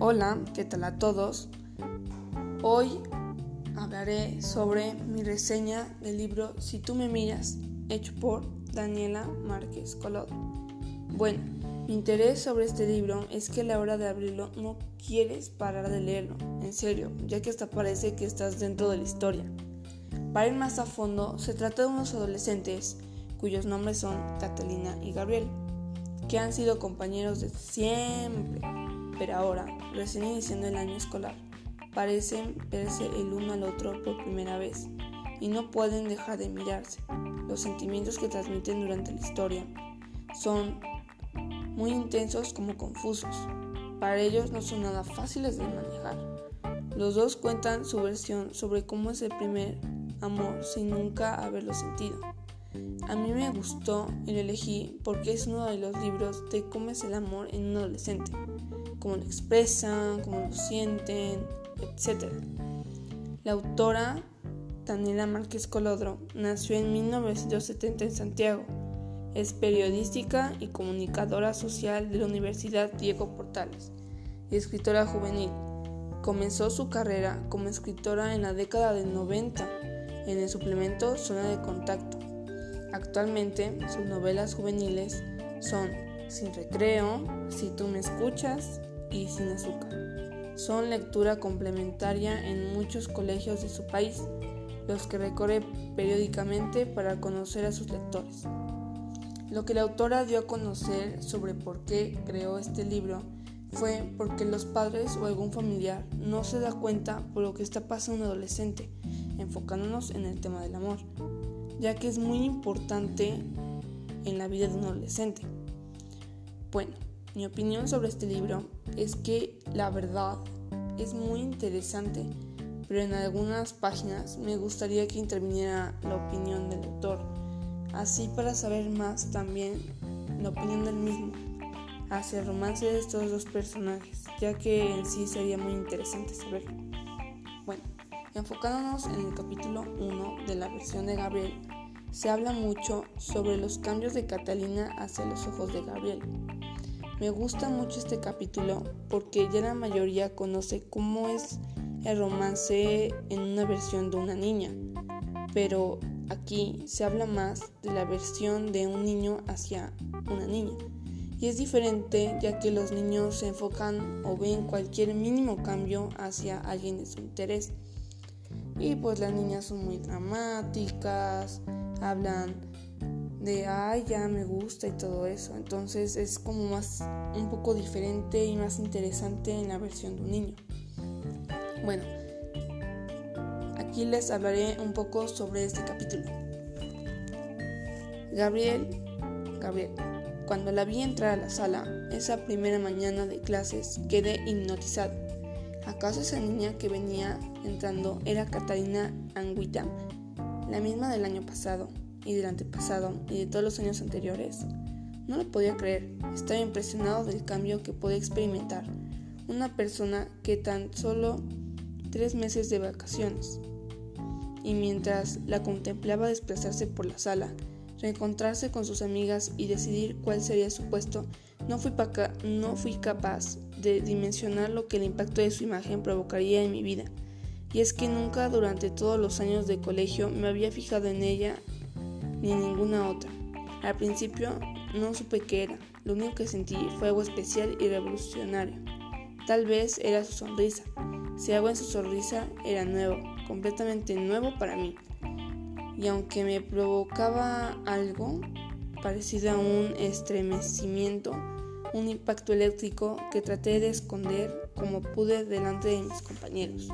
Hola, ¿qué tal a todos? Hoy hablaré sobre mi reseña del libro Si tú me miras, hecho por Daniela Márquez Colodro. Bueno, mi interés sobre este libro es que a la hora de abrirlo no quieres parar de leerlo, en serio, ya que hasta parece que estás dentro de la historia. Para ir más a fondo, se trata de unos adolescentes cuyos nombres son Catalina y Gabriel, que han sido compañeros desde siempre, pero ahora, recién iniciando el año escolar, parecen verse el uno al otro por primera vez y no pueden dejar de mirarse. Los sentimientos que transmiten durante la historia son muy intensos como confusos. Para ellos no son nada fáciles de manejar. Los dos cuentan su versión sobre cómo es el primer amor sin nunca haberlo sentido. A mí me gustó y lo elegí porque es uno de los libros de cómo es el amor en un adolescente, cómo lo expresan, cómo lo sienten, etc. La autora, Daniela Márquez Colodro, nació en 1970 en Santiago. Es periodística y comunicadora social de la Universidad Diego Portales y escritora juvenil. Comenzó su carrera como escritora en la década del 90 en el suplemento Zona de Contacto. Actualmente, sus novelas juveniles son Sin Recreo, Si tú me escuchas y Sin azúcar. Son lectura complementaria en muchos colegios de su país, los que recorre periódicamente para conocer a sus lectores. Lo que la autora dio a conocer sobre por qué creó este libro fue porque los padres o algún familiar no se da cuenta por lo que está pasando un adolescente, enfocándonos en el tema del amor, ya que es muy importante en la vida de un adolescente. Bueno, mi opinión sobre este libro es que la verdad es muy interesante, pero en algunas páginas me gustaría que interviniera la opinión del autor, así para saber más también la opinión del mismo hacia el romance de estos dos personajes, ya que en sí sería muy interesante saber. Bueno, enfocándonos en el capítulo 1 de la versión de Gabriel, se habla mucho sobre los cambios de Catalina hacia los ojos de Gabriel. Me gusta mucho este capítulo porque ya la mayoría conoce cómo es el romance en una versión de una niña, pero aquí se habla más de la versión de un niño hacia una niña. Y es diferente ya que los niños se enfocan o ven cualquier mínimo cambio hacia alguien de su interés. Y pues las niñas son muy dramáticas, hablan de ay, ya me gusta y todo eso. Entonces es como más un poco diferente y más interesante en la versión de un niño. Bueno, aquí les hablaré un poco sobre este capítulo. Gabriel, cuando la vi entrar a la sala, esa primera mañana de clases, quedé hipnotizado. ¿Acaso esa niña que venía entrando era Catalina Anguita, la misma del año pasado y del antepasado y de todos los años anteriores? No lo podía creer, estaba impresionado del cambio que podía experimentar una persona que tan solo 3 meses de vacaciones. Y mientras la contemplaba desplazarse por la sala, reencontrarse con sus amigas y decidir cuál sería su puesto, no fui capaz de dimensionar lo que el impacto de su imagen provocaría en mi vida. Y es que nunca durante todos los años de colegio me había fijado en ella ni en ninguna otra. Al principio no supe qué era, lo único que sentí fue algo especial y revolucionario. Tal vez era su sonrisa. Si algo en su sonrisa era nuevo, completamente nuevo para mí. Y aunque me provocaba algo parecido a un estremecimiento, un impacto eléctrico que traté de esconder como pude delante de mis compañeros.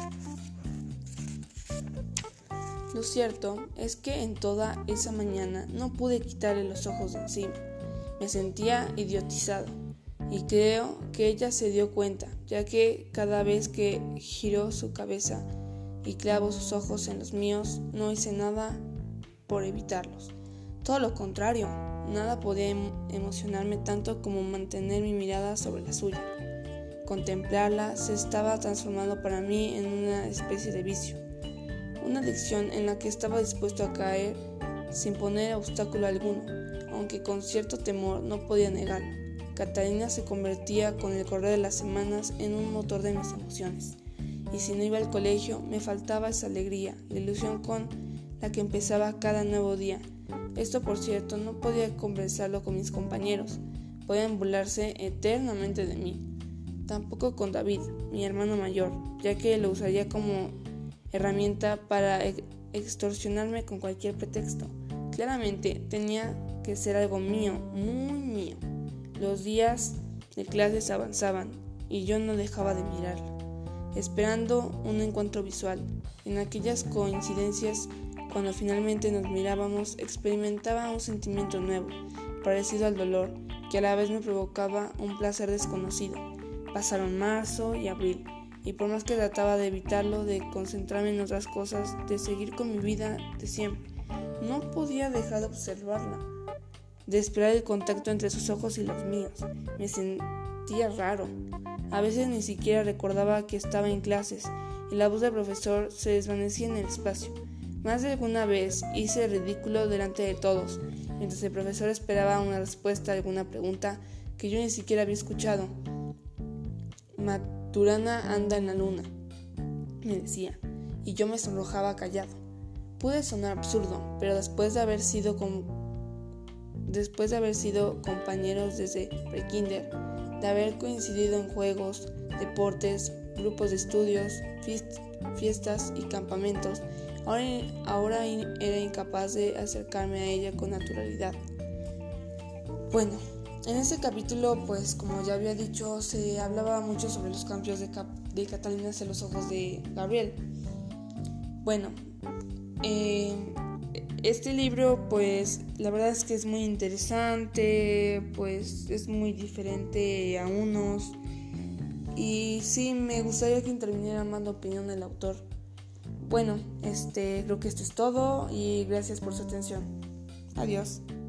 Lo cierto es que en toda esa mañana no pude quitarle los ojos de encima. Me sentía idiotizado y creo que ella se dio cuenta, ya que cada vez que giró su cabeza y clavó sus ojos en los míos, no hice nada por evitarlos. Todo lo contrario, nada podía emocionarme tanto como mantener mi mirada sobre la suya. Contemplarla se estaba transformando para mí en una especie de vicio, una adicción en la que estaba dispuesto a caer sin poner obstáculo alguno, aunque con cierto temor no podía negarlo. Catalina se convertía con el correr de las semanas en un motor de mis emociones. Y si no iba al colegio, me faltaba esa alegría, la ilusión con la que empezaba cada nuevo día. Esto, por cierto, no podía conversarlo con mis compañeros. Podían burlarse eternamente de mí. Tampoco con David, mi hermano mayor, ya que lo usaría como herramienta para extorsionarme con cualquier pretexto. Claramente tenía que ser algo mío, muy mío. Los días de clases avanzaban y yo no dejaba de mirarla, esperando un encuentro visual. En aquellas coincidencias, cuando finalmente nos mirábamos, experimentaba un sentimiento nuevo, parecido al dolor, que a la vez me provocaba un placer desconocido. Pasaron marzo y abril, y por más que trataba de evitarlo, de concentrarme en otras cosas, de seguir con mi vida de siempre, no podía dejar de observarla, de esperar el contacto entre sus ojos y los míos. Me sentía raro. A veces ni siquiera recordaba que estaba en clases, y la voz del profesor se desvanecía en el espacio. Más de alguna vez hice el ridículo delante de todos, mientras el profesor esperaba una respuesta a alguna pregunta que yo ni siquiera había escuchado. Maturana anda en la luna, me decía, y yo me sonrojaba callado. Pude sonar absurdo, pero después de haber sido compañeros desde prekinder, de haber coincidido en juegos, deportes, grupos de estudios, fiestas y campamentos, ahora era incapaz de acercarme a ella con naturalidad. Bueno, en este capítulo, pues como ya había dicho, se hablaba mucho sobre los cambios de Catalina hacia los ojos de Gabriel. Bueno, este libro, pues la verdad es que es muy interesante, pues es muy diferente a unos, y sí, me gustaría que interviniera más la opinión del autor. Bueno, creo que esto es todo y gracias por su atención. Adiós.